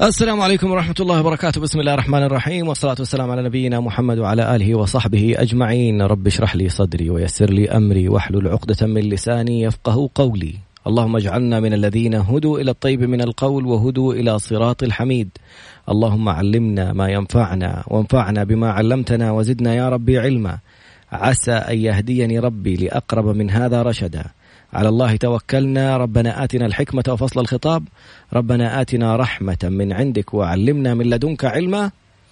السلام عليكم ورحمة الله وبركاته. بسم الله الرحمن الرحيم، والصلاة والسلام على نبينا محمد وعلى آله وصحبه أجمعين. رب اشرح لي صدري ويسر لي أمري واحلل عقدة من لساني يفقه قولي. اللهم اجعلنا من الذين هدوا إلى الطيب من القول وهدوا إلى صراط الحميد. اللهم علمنا ما ينفعنا وانفعنا بما علمتنا وزدنا يا ربي علما. عسى أن يهديني ربي لأقرب من هذا رشدا. على الله توكلنا. ربنا آتنا الحكمة وفصل الخطاب. ربنا آتنا رحمة من عندك وعلمنا من لدنك علما.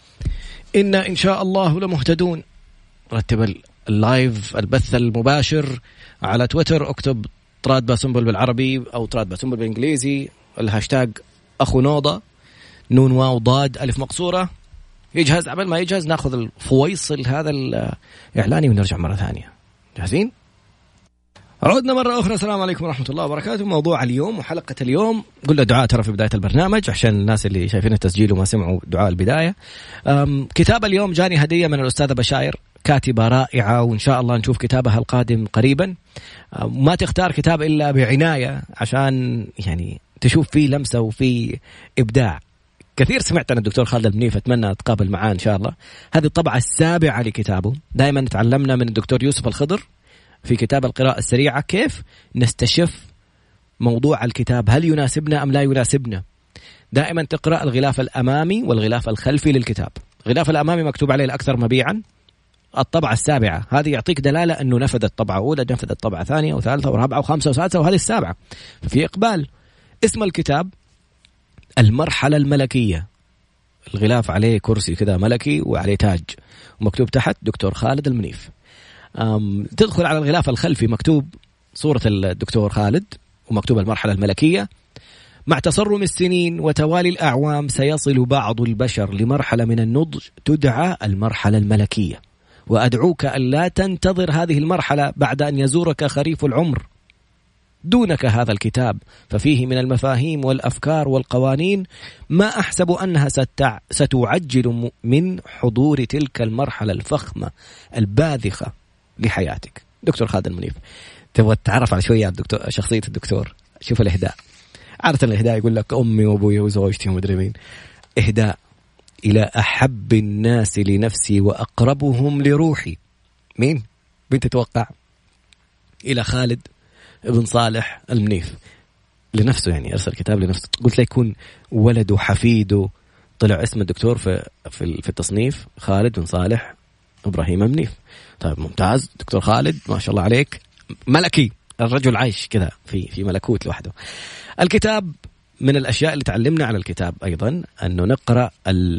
إنا إن شاء الله لمهتدون. رتب اللايف البث المباشر على تويتر، اكتب طراد باسنبل بالعربي أو طراد باسنبل بالإنجليزي، الهاشتاج أخو نوضة، نون واو ضاد ألف مقصورة. يجهز. قبل ما يجهز ناخذ الفويصل هذا الإعلاني ونرجع مرة ثانية. جاهزين؟ عودنا مرة أخرى. السلام عليكم ورحمة الله وبركاته. موضوع اليوم وحلقة اليوم قلنا دعاء ترى في بداية البرنامج عشان الناس اللي شايفين التسجيل وما سمعوا دعاء البداية. كتاب اليوم جاني هدية من الأستاذة بشاير، كاتبة رائعة، وإن شاء الله نشوف كتابها القادم قريبا. ما تختار كتاب إلا بعناية عشان يعني تشوف فيه لمسة وفيه إبداع. كثير سمعت عن الدكتور خالد المنيف، أتمنى أتقابل معاه إن شاء الله. هذه الطبعة السابعة لكتابه. دائما تعلمنا من الدكتور يوسف الخضر في كتاب القراءة السريعة كيف نستشف موضوع الكتاب، هل يناسبنا أم لا يناسبنا. دائما تقرأ الغلاف الأمامي والغلاف الخلفي للكتاب. الغلاف الأمامي مكتوب عليه الأكثر مبيعا، الطبعة السابعة، هذه يعطيك دلالة أنه نفذت طبعة أولى، نفذت طبعة ثانية وثالثة ورابعة وخامسة وسادسة وهذه السابعة، ففي إقبال. اسم الكتاب المرحلة الملكية. الغلاف عليه كرسي كذا ملكي وعليه تاج ومكتوب تحت دكتور خالد المنيف. تدخل على الغلاف الخلفي مكتوب صورة الدكتور خالد ومكتوب المرحلة الملكية. مع تصرم السنين وتوالي الأعوام سيصل بعض البشر لمرحلة من النضج تدعى المرحلة الملكية، وأدعوك أن لا تنتظر هذه المرحلة بعد أن يزورك خريف العمر دونك هذا الكتاب، ففيه من المفاهيم والأفكار والقوانين ما أحسب أنها ستعجل من حضور تلك المرحلة الفخمة الباذخة لحياتك. دكتور خالد المنيف. تبغى تتعرف على شوية الدكتور، شخصية الدكتور. شوف الإهداء. عادة الإهداء يقول لك أمي وأبوي وزوجتي ومدري مين. إهداء إلى أحب الناس لنفسي وأقربهم لروحي. مين تتوقع؟ إلى خالد ابن صالح المنيف لنفسه، يعني أرسل كتاب لنفسه. قلت له يكون ولده حفيده طلع اسم الدكتور في التصنيف خالد بن صالح إبراهيم المنيف. طيب ممتاز دكتور خالد، ما شاء الله عليك، ملكي، الرجل عايش كذا في ملكوت لوحده. الكتاب من الأشياء اللي تعلمنا على الكتاب أيضا أنه نقرأ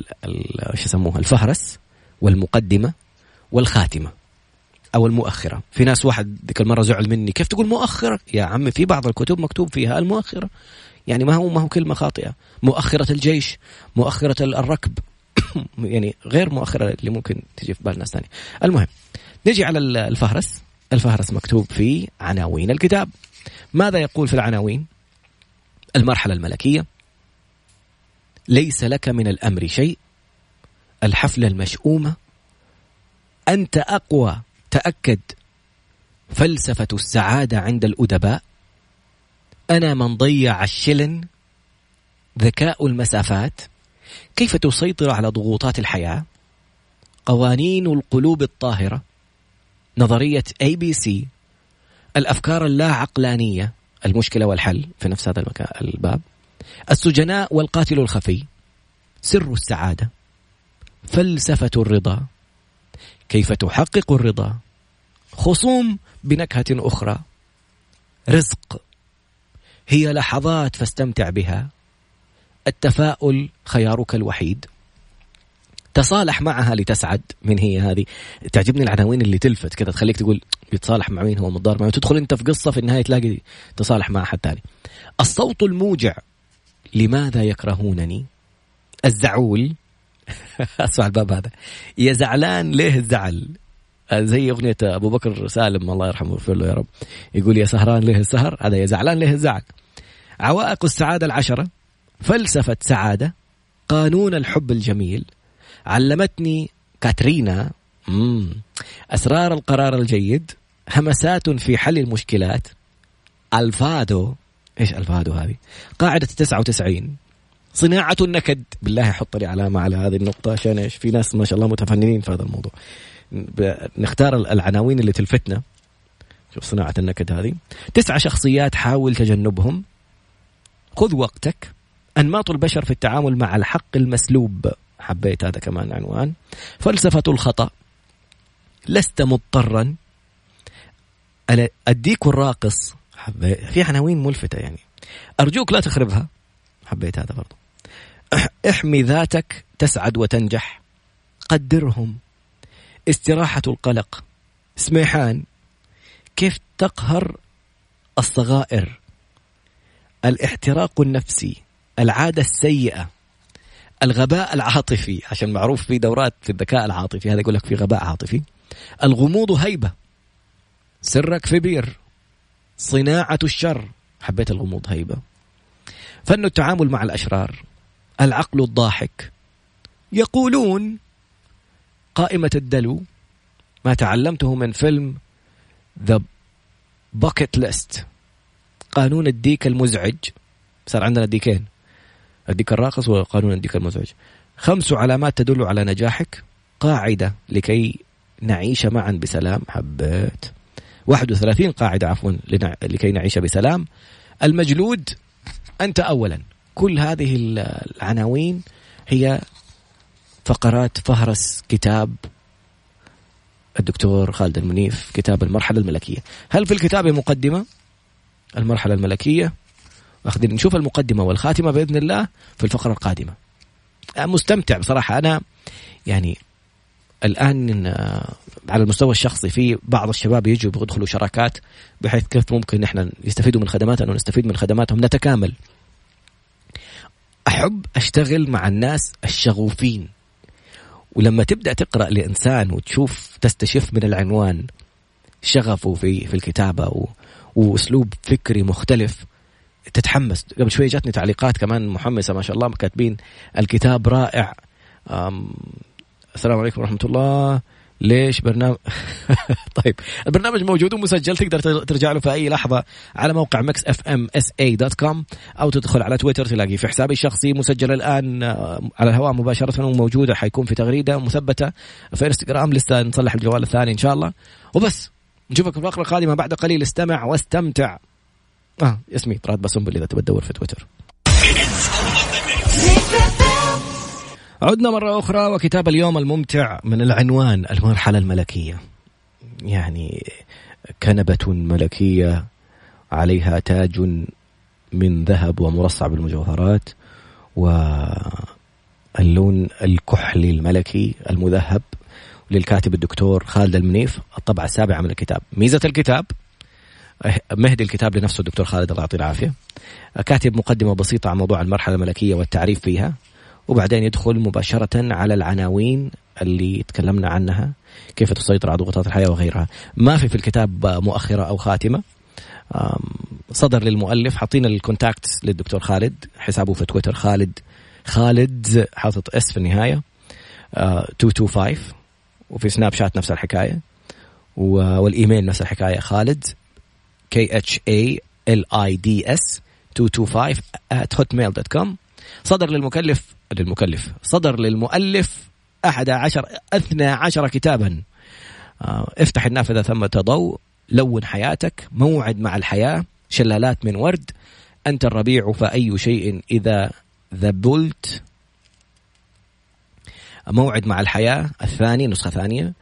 ايش يسموها الفهرس والمقدمة والخاتمة أو المؤخرة. في ناس واحد ذيك المرة زعل مني، كيف تقول مؤخرة يا عم؟ في بعض الكتب مكتوب فيها المؤخرة، يعني ما هو كلمة خاطئة. مؤخرة الجيش، مؤخرة الركب يعني غير مؤخرة اللي ممكن تجي في بال ناس ثانية. المهم نجي على الفهرس. الفهرس مكتوب فيه عناوين الكتاب. ماذا يقول في العناوين؟ المرحلة الملكية، ليس لك من الأمر شيء، الحفلة المشؤومة، أنت أقوى تأكد، فلسفة السعادة عند الأدباء، أنا من ضيع الشلن، ذكاء المسافات، كيف تسيطر على ضغوطات الحياة، قوانين القلوب الطاهرة، نظرية ABC، الأفكار اللا عقلانية، المشكلة والحل في نفس هذا الباب، السجناء والقاتل الخفي، سر السعادة، فلسفة الرضا، كيف تحقق الرضا، خصوم بنكهة أخرى، رزق، هي لحظات فاستمتع بها، التفاؤل خيارك الوحيد، تصالح معها لتسعد. من هي هذه؟ تعجبني العناوين اللي تلفت كذا تخليك تقول بيتصالح مع مين، هو متضارب مع مين، تدخل انت في قصة في النهاية تلاقي تصالح مع أحد ثاني. الصوت الموجع، لماذا يكرهونني، الزعول أسمع الباب هذا، يا زعلان ليه الزعل، زي أغنية أبو بكر سالم الله يرحمه ويغفر له يا رب، يقول يا سهران ليه السهر، هذا يا زعلان ليه الزعل. عوائق السعادة العشرة، فلسفة سعادة، قانون الحب الجميل، علمتني كاترينا، أسرار القرار الجيد، همسات في حل المشكلات، ألفادو. إيش ألفادو هذه؟ قاعدة 99، صناعة النكد. بالله حط لي علامة على هذه النقطة عشان إيش؟ في ناس ما شاء الله متفننين في هذا الموضوع. نختار العناوين اللي تلفتنا. شوف صناعة النكد هذه. 9 شخصيات حاول تجنبهم. خذ وقتك. أنماط البشر في التعامل مع الحق المسلوب. حبيت هذا كمان عنوان. فلسفة الخطأ. لست مضطرا. أديك الراقص. في عناوين ملفتة يعني. أرجوك لا تخربها. حبيت هذا برضو. احمي ذاتك تسعد وتنجح. قدرهم. استراحة القلق. سميحان. كيف تقهر الصغائر. الاحتراق النفسي. العادة السيئة. الغباء العاطفي، عشان معروف في دورات في الذكاء العاطفي، هذا يقول لك في غباء عاطفي. الغموض هيبة. سرك في بير. صناعة الشر. حبيت الغموض هيبة. فن التعامل مع الأشرار. العقل الضاحك. يقولون. قائمة الدلو. ما تعلمته من فيلم The Bucket List. قانون الديك المزعج. صار عندنا ديكين، الديك الراقص وقانون الديك المزعج. 5 علامات تدل على نجاحك. قاعدة لكي نعيش معا بسلام. حبيت. 31 قاعدة عفوا لكي نعيش بسلام. المجلود. أنت أولا. كل هذه العناوين هي فقرات فهرس كتاب الدكتور خالد المنيف، كتاب المرحلة الملكية. هل في الكتاب مقدمة؟ المرحلة الملكية أخذين نشوف المقدمة والخاتمة بإذن الله في الفقرة القادمة. مستمتع بصراحة أنا يعني الآن على المستوى الشخصي. في بعض الشباب يجوا يدخلوا شراكات بحيث كيف ممكن إحنا يستفيدوا من خدماتنا ونستفيد من خدماتهم، نتكامل. أحب أشتغل مع الناس الشغوفين، ولما تبدأ تقرأ لإنسان وتشوف تستشف من العنوان شغفه في الكتابة وأسلوب فكري مختلف تتحمس. قبل شوية جاتني تعليقات كمان محمسة ما شاء الله، كاتبين الكتاب رائع. السلام عليكم ورحمة الله. ليش برنامج طيب البرنامج موجود ومسجل، تقدر ترجع له في أي لحظة على موقع mixfmsa.com أو تدخل على تويتر تلاقي في حسابي الشخصي مسجل الآن على الهواء مباشرة وموجودة. حيكون في تغريدة مثبتة في انستغرام، لسه نصلح الجوال الثاني إن شاء الله. وبس نشوفك في الفقرة القادمة بعد قليل. استمع واستمتع. اسمي طراد بسنبل إذا تبي تدور في تويتر. عدنا مرة أخرى وكتاب اليوم الممتع من العنوان المرحلة الملكية. يعني كنبة ملكية عليها تاج من ذهب ومرصع بالمجوهرات، واللون الكحلي الملكي المذهب، للكاتب الدكتور خالد المنيف. الطبعة 7 من الكتاب. ميزة الكتاب مهدي الكتاب لنفسه الدكتور خالد الله يعطيه العافية. كاتب مقدمة بسيطة عن موضوع المرحلة الملكية والتعريف فيها، وبعدين يدخل مباشرة على العناوين اللي تكلمنا عنها، كيف تسيطر على ضغوطات الحياة وغيرها. ما في الكتاب مؤخرة أو خاتمة. صدر للمؤلف. حاطين الكونتاكت للدكتور خالد، حسابه في تويتر خالد حاطط اس في النهاية 225، وفي سناب شات نفس الحكاية، والإيميل نفس الحكاية خالد KHALIDS225@hotmail.com. صدر للمؤلف 12 كتابا. افتح النافذة ثم ضوء، لون حياتك، موعد مع الحياة، شلالات من ورد، أنت الربيع فأي شيء إذا ذبلت، موعد مع الحياة الثاني نسخة ثانية،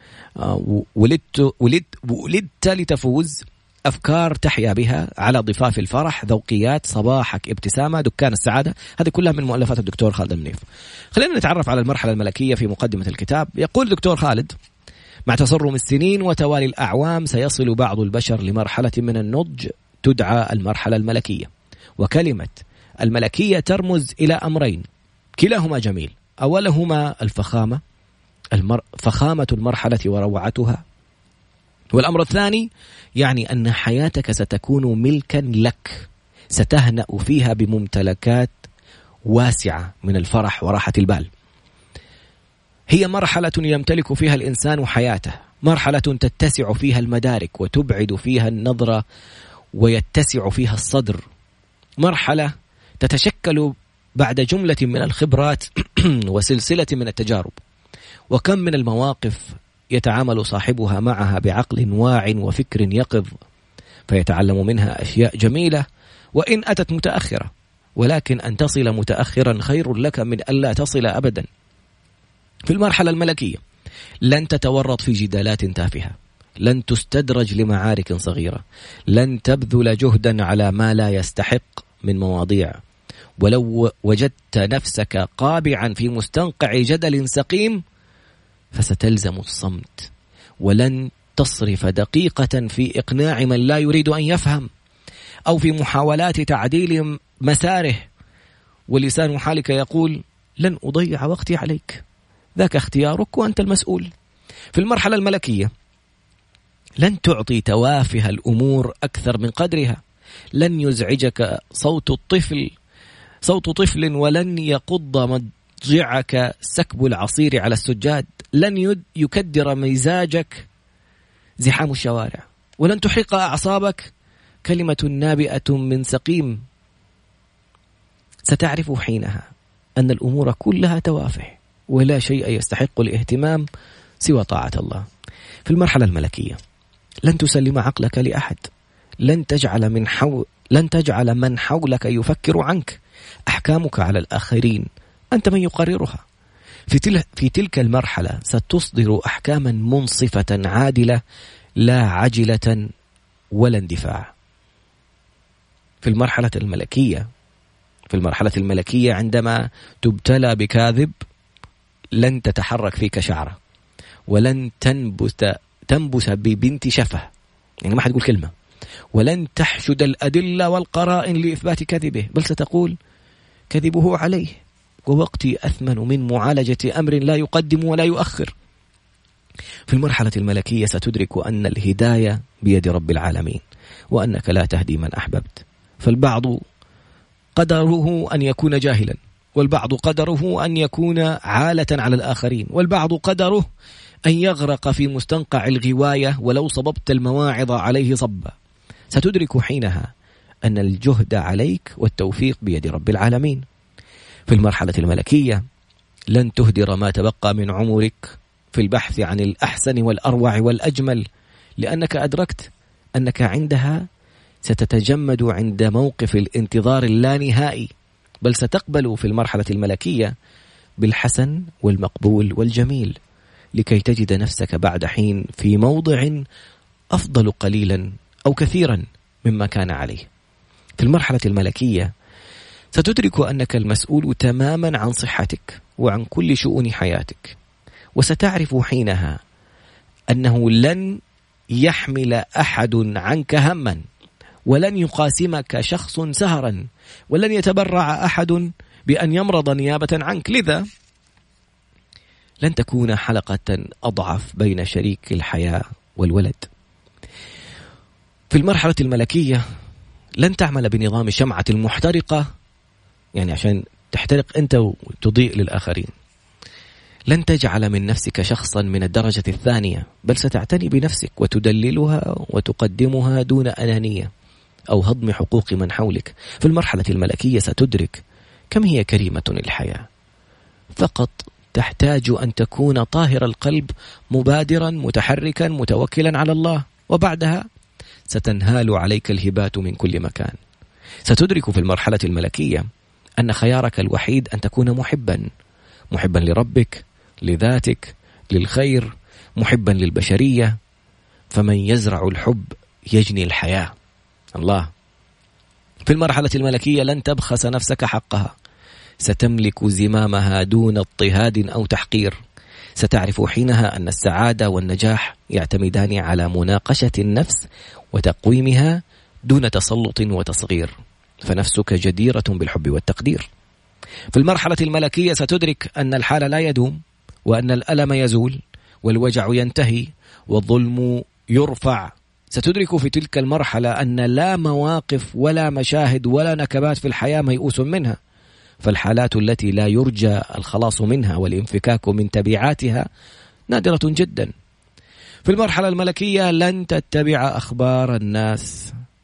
ولدت لتفوز، أفكار تحيا بها، على ضفاف الفرح، ذوقيات، صباحك ابتسامة، دكان السعادة. هذه كلها من مؤلفات الدكتور خالد المنيف. خلينا نتعرف على المرحلة الملكية في مقدمة الكتاب. يقول دكتور خالد: مع تصرم السنين وتوالي الأعوام سيصل بعض البشر لمرحلة من النضج تدعى المرحلة الملكية. وكلمة الملكية ترمز إلى أمرين كلاهما جميل. أولهما الفخامة، فخامة المرحلة وروعتها. والأمر الثاني يعني أن حياتك ستكون ملكا لك، ستهنأ فيها بممتلكات واسعة من الفرح وراحة البال. هي مرحلة يمتلك فيها الإنسان حياته، مرحلة تتسع فيها المدارك وتبعد فيها النظرة ويتسع فيها الصدر، مرحلة تتشكل بعد جملة من الخبرات وسلسلة من التجارب، وكم من المواقف يتعامل صاحبها معها بعقل واع وفكر يقظ، فيتعلم منها أشياء جميلة وإن أتت متأخرة، ولكن أن تصل متأخرا خير لك من ألا تصل أبدا. في المرحلة الملكية لن تتورط في جدالات تافهة، لن تستدرج لمعارك صغيرة، لن تبذل جهدا على ما لا يستحق من مواضيع. ولو وجدت نفسك قابعا في مستنقع جدل سقيم فستلزم الصمت، ولن تصرف دقيقة في إقناع من لا يريد أن يفهم، أو في محاولات تعديل مساره، ولسان حالك يقول لن أضيع وقتي عليك، ذاك اختيارك وأنت المسؤول. في المرحلة الملكية لن تعطي توافه الأمور أكثر من قدرها، لن يزعجك صوت طفل، ولن يقض مضجعك سكب العصير على السجاد، لن يكدر مزاجك زحام الشوارع، ولن تحرق أعصابك كلمة نابئة من سقيم. ستعرف حينها أن الأمور كلها توافه، ولا شيء يستحق الاهتمام سوى طاعة الله. في المرحلة الملكية لن تسلم عقلك لأحد، لن تجعل من حولك يفكر عنك، أحكامك على الآخرين أنت من يقررها. في تلك المرحلة ستصدر أحكاما منصفة عادلة، لا عجلة ولا اندفاع. في المرحلة الملكية عندما تبتلى بكاذب لن تتحرك فيك شعرة، ولن تنبس ببنت شفه، يعني ما حد يقول كلمة، ولن تحشد الأدلة والقرائن لإثبات كذبه، بل ستقول كذبه عليه، ووقتي أثمن من معالجة أمر لا يقدم ولا يؤخر. في المرحلة الملكية ستدرك أن الهداية بيد رب العالمين، وأنك لا تهدي من أحببت، فالبعض قدره أن يكون جاهلا، والبعض قدره أن يكون عالة على الآخرين، والبعض قدره أن يغرق في مستنقع الغواية ولو صببت المواعظ عليه صبا. ستدرك حينها أن الجهد عليك والتوفيق بيد رب العالمين. في المرحلة الملكية لن تهدر ما تبقى من عمرك في البحث عن الأحسن والأروع والأجمل، لأنك أدركت أنك عندها ستتجمد عند موقف الانتظار اللانهائي، بل ستقبل في المرحلة الملكية بالحسن والمقبول والجميل، لكي تجد نفسك بعد حين في موضع أفضل قليلا أو كثيرا مما كان عليه. في المرحلة الملكية ستدرك أنك المسؤول تماما عن صحتك وعن كل شؤون حياتك، وستعرف حينها أنه لن يحمل أحد عنك هما، ولن يقاسمك شخص سهرا، ولن يتبرع أحد بأن يمرض نيابة عنك، لذا لن تكون حلقة أضعف بين شريك الحياة والولد. في المرحلة الملكية لن تعمل بنظام الشمعة المحترقة، يعني عشان تحترق أنت وتضيء للآخرين. لن تجعل من نفسك شخصا من الدرجة الثانية، بل ستعتني بنفسك وتدللها وتقدمها دون أنانية أو هضم حقوق من حولك. في المرحلة الملكية ستدرك كم هي كريمة الحياة، فقط تحتاج أن تكون طاهر القلب، مبادرا متحركا متوكلا على الله، وبعدها ستنهال عليك الهبات من كل مكان. ستدرك في المرحلة الملكية أن خيارك الوحيد أن تكون محبا لربك، لذاتك، للخير، محبا للبشرية، فمن يزرع الحب يجني الحياة. الله. في المرحلة الملكية لن تبخس نفسك حقها، ستملك زمامها دون اضطهاد أو تحقير. ستعرف حينها أن السعادة والنجاح يعتمدان على مناقشة النفس وتقويمها دون تسلط وتصغير، فنفسك جديرة بالحب والتقدير. في المرحلة الملكية ستدرك أن الحال لا يدوم، وأن الألم يزول، والوجع ينتهي، والظلم يرفع. ستدرك في تلك المرحلة أن لا مواقف ولا مشاهد ولا نكبات في الحياة ميؤوس منها، فالحالات التي لا يرجى الخلاص منها والانفكاك من تبعاتها نادرة جدا. في المرحلة الملكية لن تتبع أخبار الناس،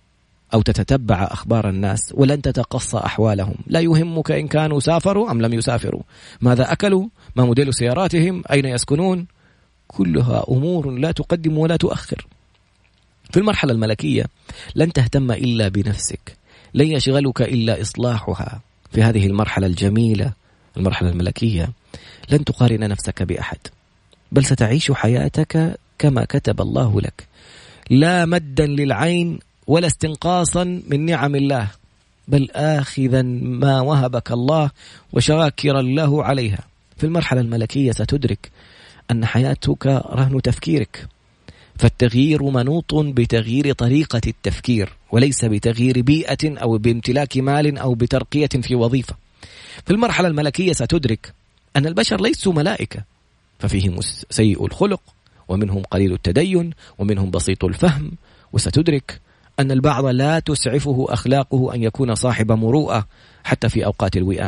أو تتتبع أخبار الناس ولن تتقصى أحوالهم. لا يهمك إن كانوا سافروا أم لم يسافروا، ماذا أكلوا، ما موديل سياراتهم، أين يسكنون، كلها أمور لا تقدم ولا تؤخر. في المرحلة الملكية لن تهتم إلا بنفسك، لن يشغلك إلا إصلاحها. في هذه المرحلة الجميلة، المرحلة الملكية، لن تقارن نفسك بأحد، بل ستعيش حياتك كما كتب الله لك، لا مدا للعين ولا استنقاصا من نعم الله، بل آخذا ما وهبك الله وشاكرا له عليها. في المرحلة الملكية ستدرك أن حياتك رهن تفكيرك، فالتغيير منوط بتغيير طريقة التفكير وليس بتغيير بيئة أو بامتلاك مال أو بترقية في وظيفة. في المرحلة الملكية ستدرك أن البشر ليسوا ملائكة، ففيهم سيء الخلق ومنهم قليل التدين ومنهم بسيط الفهم، وستدرك أن البعض لا تسعفه أخلاقه أن يكون صاحب مروءة حتى في أوقات الوئام.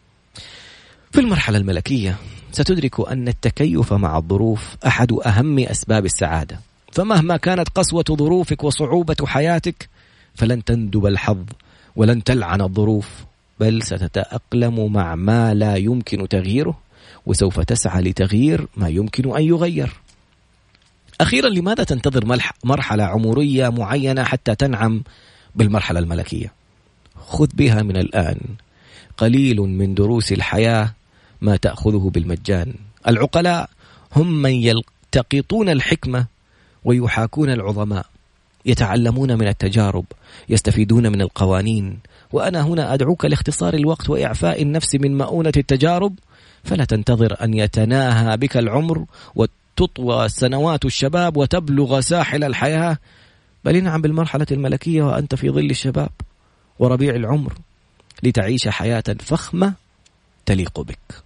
في المرحلة الملكية ستدرك أن التكيف مع الظروف أحد أهم أسباب السعادة، فمهما كانت قسوة ظروفك وصعوبة حياتك فلن تندب الحظ ولن تلعن الظروف، بل ستتأقلم مع ما لا يمكن تغييره وسوف تسعى لتغيير ما يمكن أن يغير. أخيرا، لماذا تنتظر مرحلة عمرية معينة حتى تنعم بالمرحلة الملكية؟ خذ بها من الآن. قليل من دروس الحياة ما تأخذه بالمجان. العقلاء هم من يلتقطون الحكمة ويحاكون العظماء، يتعلمون من التجارب، يستفيدون من القوانين. وأنا هنا أدعوك لاختصار الوقت وإعفاء النفس من مؤونة التجارب، فلا تنتظر أن يتناهى بك العمر وتطوى سنوات الشباب وتبلغ ساحل الحياة، بل انعم بالمرحلة الملكية وأنت في ظل الشباب وربيع العمر لتعيش حياة فخمة تليق بك.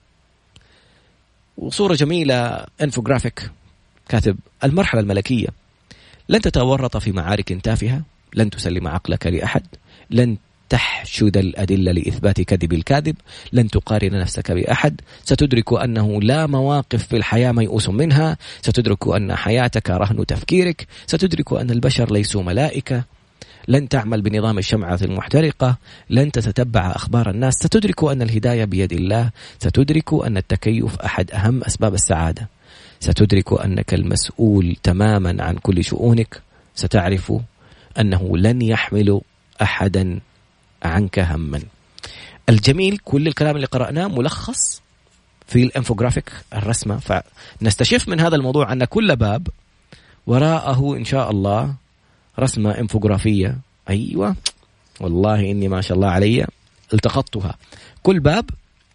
وصورة جميلة، انفوغرافيك كاتب: المرحلة الملكية لن تتورط في معارك تافهة، لن تسلم عقلك لأحد، لن تحشد الأدلة لإثبات كذب الكاذب، لن تقارن نفسك بأحد. ستدرك أنه لا مواقف في الحياة ميؤوس منها، ستدرك أن حياتك رهن تفكيرك، ستدرك أن البشر ليسوا ملائكة، لن تعمل بنظام الشمعة المحترقة، لن تتتبع أخبار الناس، ستدرك أن الهداية بيد الله، ستدرك أن التكيف أحد أهم أسباب السعادة، ستدرك أنك المسؤول تماما عن كل شؤونك، ستعرف أنه لن يحمل أحدا عنك هما. الجميل كل الكلام اللي قرأناه ملخص في الانفوغرافيك الرسمة، فنستشف من هذا الموضوع أن كل باب وراءه إن شاء الله رسمة انفوغرافية. أيوة والله إني ما شاء الله علي التقطتها. كل باب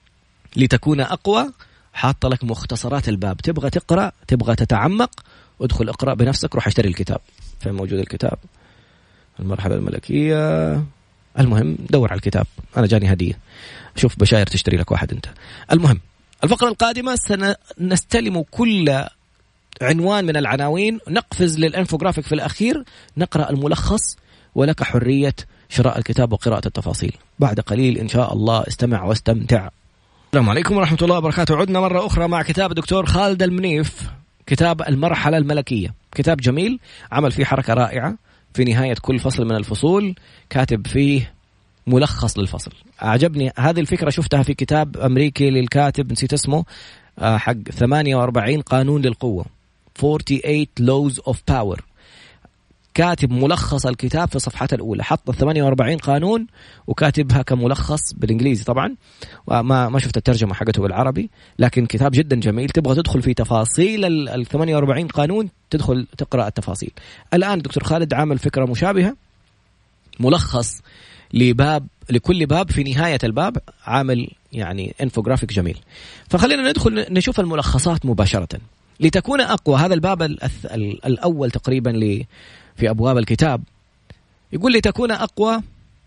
لتكون أقوى حاط لك مختصرات الباب، تبغى تقرأ، تبغى تتعمق، ادخل اقرأ بنفسك، روح اشتري الكتاب. فين موجود الكتاب؟ المرحلة الملكية. المهم دور على الكتاب، أنا جاني هدية، شوف بشاير تشتري لك واحد أنت. المهم الفقرة القادمة سنستلم كل عنوان من العناوين، نقفز للانفوغرافيك في الأخير، نقرأ الملخص، ولك حرية شراء الكتاب وقراءة التفاصيل. بعد قليل إن شاء الله استمع واستمتع. السلام عليكم ورحمة الله وبركاته. عدنا مرة أخرى مع كتاب الدكتور خالد المنيف، كتاب المرحلة الملكية. كتاب جميل، عمل فيه حركة رائعة في نهاية كل فصل من الفصول، كاتب فيه ملخص للفصل. أعجبني هذه الفكرة، شفتها في كتاب أمريكي للكاتب نسيت اسمه، حق 48 قانون للقوة، 48 laws of power. كاتب ملخص الكتاب في صفحات الأولى، حط 48 قانون وكاتبها كملخص بالإنجليزي طبعا، وما شفت الترجمة حقته بالعربي، لكن كتاب جدا جميل. تبغى تدخل في تفاصيل ال 48 قانون، تدخل تقرأ التفاصيل. الآن دكتور خالد عامل فكرة مشابهة، ملخص لباب، لكل باب في نهاية الباب عامل يعني انفوغرافيك جميل. فخلينا ندخل نشوف الملخصات مباشرة لتكون أقوى. هذا الباب الأول تقريبا في أبواب الكتاب، يقول لتكون أقوى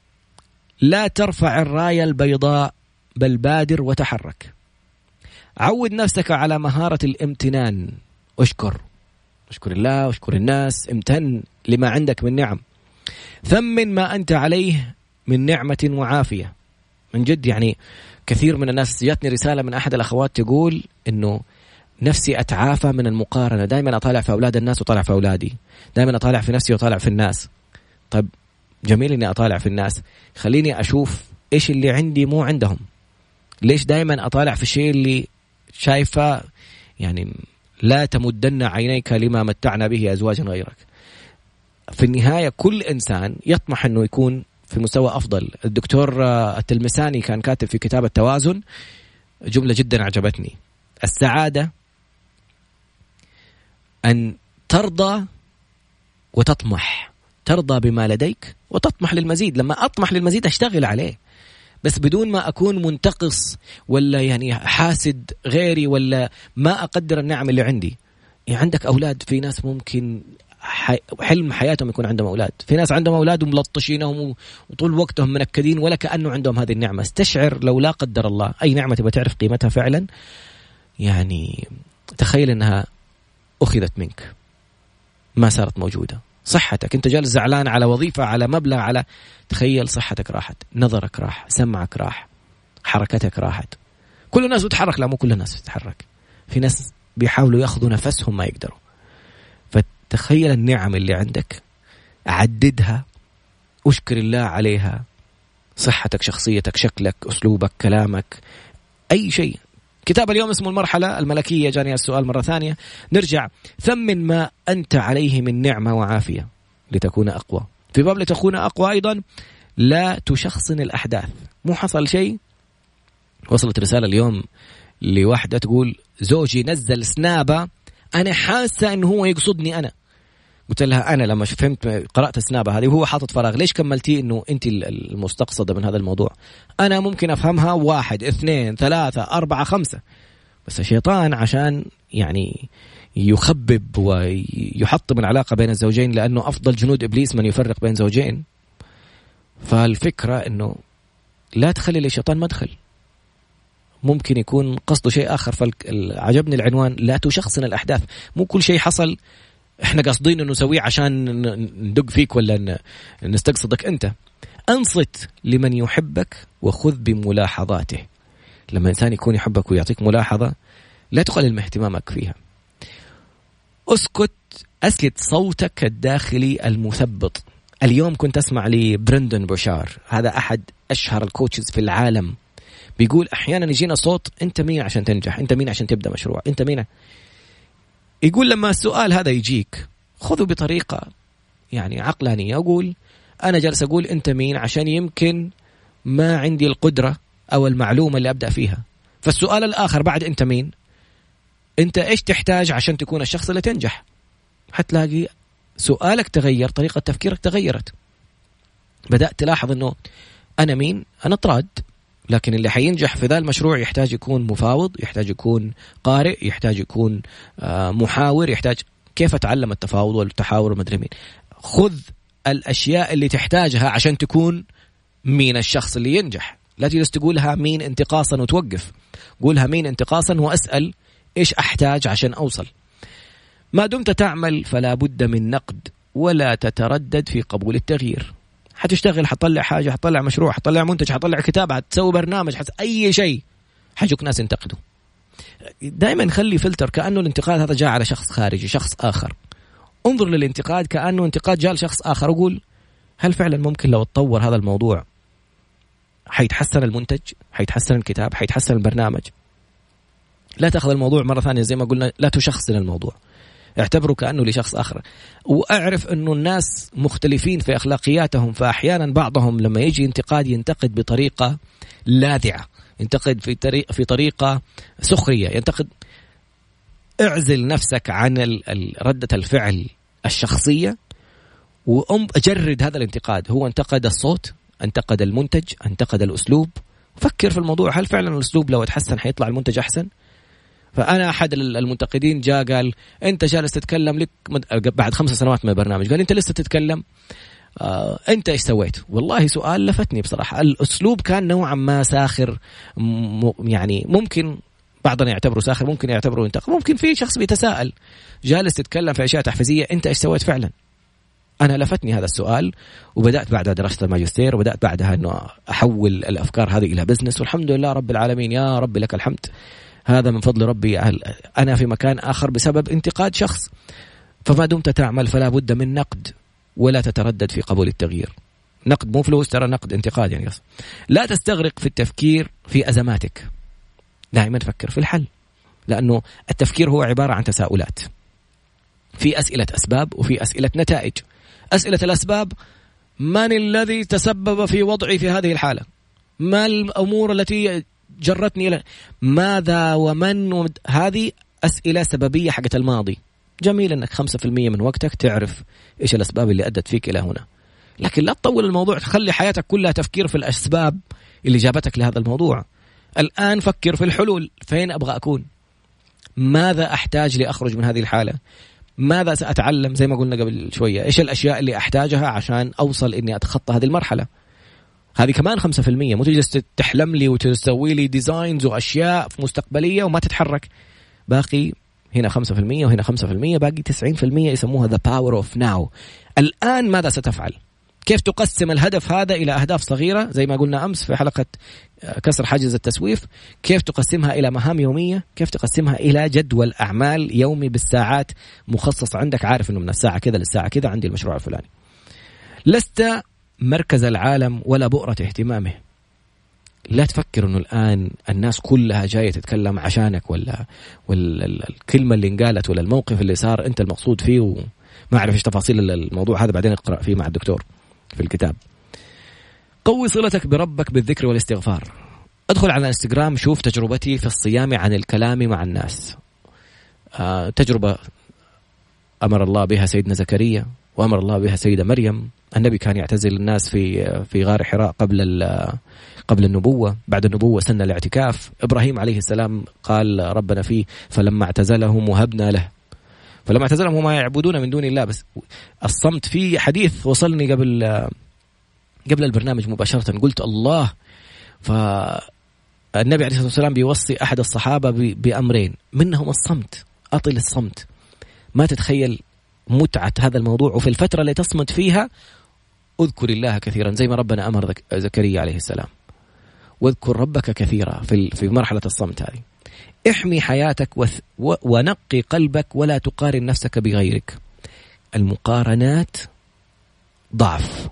لا ترفع الراية البيضاء بل بادر وتحرك. عود نفسك على مهارة الامتنان، اشكر الله، اشكر الناس، امتن لما عندك من نعم، ثمن ما أنت عليه من نعمة وعافية. من جد يعني كثير من الناس، جاتني رسالة من أحد الأخوات تقول إنه نفسي أتعافى من المقارنة، دائما أطالع في أولاد الناس وطالع في أولادي، دائما أطالع في نفسي وطالع في الناس. طيب جميل إني أطالع في الناس، خليني أشوف إيش اللي عندي مو عندهم. ليش دايما أطالع في الشيء اللي شايفه؟ يعني لا تمدن عينيك لما متعنا به أزواجا غيرك. في النهاية كل إنسان يطمح أنه يكون في مستوى أفضل. الدكتور التلمساني كان كاتب في كتاب التوازن جملة جدا أعجبتني: السعادة أن ترضى وتطمح، ترضى بما لديك وتطمح للمزيد. لما أطمح للمزيد أشتغل عليه، بس بدون ما أكون منتقص ولا يعني حاسد غيري ولا ما أقدر النعم اللي عندي. يعني عندك أولاد، في ناس ممكن حلم حياتهم يكون عندهم أولاد، في ناس عندهم أولاد وملطشينهم وطول وقتهم منكدين ولا كأنه عندهم هذه النعمة. استشعر لو لا قدر الله أي نعمة تبغى تعرف قيمتها فعلا، يعني تخيل أنها أخذت منك ما صارت موجودة. صحتك، أنت جالس زعلان على وظيفة، على مبلغ، على تخيل صحتك راحت، نظرك راح، سمعك راح، حركتك راحت. كل الناس بتتحرك، لا مو كل الناس بتتحرك، في ناس بيحاولوا ياخذوا نفسهم ما يقدروا. فتخيل النعم اللي عندك، عددها، أشكر الله عليها. صحتك، شخصيتك، شكلك، أسلوبك، كلامك، أي شيء. كتاب اليوم اسمه المرحلة الملكية. جاني السؤال مرة ثانية، نرجع: ثمن ما أنت عليه من نعمة وعافية لتكون أقوى. في باب لتكون أقوى أيضا: لا تشخصن الأحداث. مو حصل شيء، وصلت رسالة اليوم لواحدة تقول: زوجي نزل سنابة أنا حاسة أنه هو يقصدني أنا. قلت لها أنا لما فهمت قرأت السنابة هذه وهو حاطط فراغ، ليش كملتي أنه أنت المستقصدة من هذا الموضوع؟ أنا ممكن أفهمها 1 2 3 4 5، بس الشيطان عشان يعني يخبب ويحطم العلاقة بين الزوجين، لأنه أفضل جنود إبليس من يفرق بين زوجين. فالفكرة أنه لا تخلي للشيطان مدخل، ممكن يكون قصده شيء آخر. فعجبني العنوان: لا تشخصن الأحداث. مو كل شيء حصل احنا قاصدين انه نسويه عشان ندق فيك ولا نستقصدك انت. انصت لمن يحبك وخذ بملاحظاته. لما انسان يكون يحبك ويعطيك ملاحظة لا تقلل من اهتمامك فيها. اسكت، اسكت صوتك الداخلي المثبط. اليوم كنت اسمع لبرندن بوشار، هذا احد اشهر الكوتشز في العالم، بيقول احيانا يجينا صوت: انت مين عشان تنجح؟ انت مين عشان تبدأ مشروع؟ انت مين؟ يقول لما السؤال هذا يجيك خذه بطريقة يعني عقلانية. أقول أنا جالس أقول أنت مين عشان يمكن ما عندي القدرة أو المعلومة اللي أبدأ فيها. فالسؤال الآخر بعد أنت مين، أنت إيش تحتاج عشان تكون الشخص اللي تنجح؟ حتلاقي سؤالك تغير، طريقة تفكيرك تغيرت. بدأت تلاحظ أنه أنا مين؟ أنا طراد، لكن اللي حينجح في ذا المشروع يحتاج يكون مفاوض، يحتاج يكون قارئ، يحتاج يكون محاور، يحتاج كيف أتعلم التفاوض والتحاور ومدري مين. خذ الأشياء اللي تحتاجها عشان تكون مين الشخص اللي ينجح. لا تجلس تقولها مين انتقاصا وتوقف، قولها مين انتقاصا وأسأل إيش أحتاج عشان أوصل. ما دمت تعمل فلا بد من نقد، ولا تتردد في قبول التغيير. حتشتغل، حتطلع حاجة، حتطلع مشروع، حتطلع منتج، حتطلع كتاب، حتسوي برنامج، أي شيء، حيجوك ناس ينتقدوا. دائما خلي فلتر، كأنه الانتقاد هذا جاء على شخص خارجي، شخص آخر. انظر للانتقاد كأنه انتقاد جاء لشخص آخر، وقول هل فعلا ممكن لو اتطور هذا الموضوع حيتحسن المنتج، حيتحسن الكتاب، حيتحسن البرنامج. لا تأخذ الموضوع مرة ثانية زي ما قلنا، لا تشخصن الموضوع، اعتبره كأنه لشخص آخر. وأعرف أنه الناس مختلفين في أخلاقياتهم، فأحيانا بعضهم لما يجي انتقاد ينتقد بطريقة لاذعة، ينتقد في طريقة سخرية، ينتقد. اعزل نفسك عن ردة الفعل الشخصية وأجرد هذا الانتقاد. هو انتقد الصوت، انتقد المنتج، انتقد الأسلوب. فكر في الموضوع، هل فعلا الأسلوب لو اتحسن حيطلع المنتج أحسن؟ فأنا أحد المنتقدين جاء قال أنت جالس تتكلم لك بعد 5 سنوات من البرنامج، قال أنت لسه تتكلم، أنت إيش سويت؟ والله سؤال لفتني بصراحة. الأسلوب كان نوعا ما ساخر، يعني ممكن بعضنا يعتبره ساخر، ممكن يعتبره ينتقد، ممكن في شخص بيتساءل جالس تتكلم في أشياء تحفيزية، أنت إيش سويت فعلا؟ أنا لفتني هذا السؤال، وبدأت بعدها دراسة الماجستير، وبدأت بعدها أنه أحول الأفكار هذه إلى بزنس، والحمد لله رب العالمين، يا رب لك الحمد. هذا من فضل ربي. أنا في مكان آخر بسبب انتقاد شخص. فما دمت تعمل فلا بد من نقد، ولا تتردد في قبول التغيير. نقد مو فلوس، ترى نقد انتقاد يعني. لا تستغرق في التفكير في أزماتك، دائما فكر في الحل، لأنه التفكير هو عبارة عن تساؤلات. في أسئلة أسباب وفي أسئلة نتائج. أسئلة الأسباب: من الذي تسبب في وضعي في هذه الحالة؟ ما الأمور التي جرتني إلى ماذا ومن هذه أسئلة سببية حقت الماضي. جميل أنك 5% من وقتك تعرف إيش الأسباب اللي أدت فيك إلى هنا، لكن لا تطول الموضوع تخلي حياتك كلها تفكير في الأسباب اللي جابتك لهذا الموضوع. الآن فكر في الحلول. فين أبغى أكون؟ ماذا أحتاج لأخرج من هذه الحالة؟ ماذا سأتعلم؟ زي ما قلنا قبل شوية، إيش الأشياء اللي أحتاجها عشان أوصل إني أتخطى هذه المرحلة؟ هذه كمان 5%. مو تجلس تحلم لي وتسوي لي ديزاينز وأشياء مستقبلية وما تتحرك. باقي هنا 5% وهنا 5%، باقي 90% يسموها the power of now. الآن ماذا ستفعل؟ كيف تقسم الهدف هذا إلى أهداف صغيرة زي ما قلنا أمس في حلقة كسر حاجز التسويف؟ كيف تقسمها إلى مهام يومية؟ كيف تقسمها إلى جدول أعمال يومي بالساعات مخصص عندك، عارف أنه من الساعة كذا للساعة كذا عندي المشروع الفلاني. لست مركز العالم ولا بؤرة اهتمامه. لا تفكر أنه الآن الناس كلها جاية تتكلم عشانك، ولا الكلمة اللي انقالت ولا الموقف اللي صار أنت المقصود فيه، وما أعرف إيش تفاصيل الموضوع هذا، بعدين اقرأ فيه مع الدكتور في الكتاب. قوي صلتك بربك بالذكر والاستغفار. ادخل على انستغرام، شوف تجربتي في الصيام عن الكلام مع الناس. تجربة أمر الله بها سيدنا زكريا، وأمر الله بها سيدة مريم. النبي كان يعتزل الناس في غار حراء قبل النبوة. بعد النبوة سن الاعتكاف. إبراهيم عليه السلام قال ربنا فيه: فلما اعتزلهم وهبنا له. فلما اعتزلهم وما يعبدون من دون الله. بس الصمت. في حديث وصلني قبل البرنامج مباشرة، قلت الله. فالنبي عليه الصلاة والسلام بيوصي أحد الصحابة بأمرين، منهم الصمت. أطل الصمت. ما تتخيل متعة هذا الموضوع. وفي الفترة اللي تصمت فيها اذكر الله كثيرا، زي ما ربنا أمر زكريا عليه السلام: واذكر ربك كثيرا في مرحلة الصمت هذه. احمي حياتك ونقي قلبك، ولا تقارن نفسك بغيرك. المقارنات ضعف.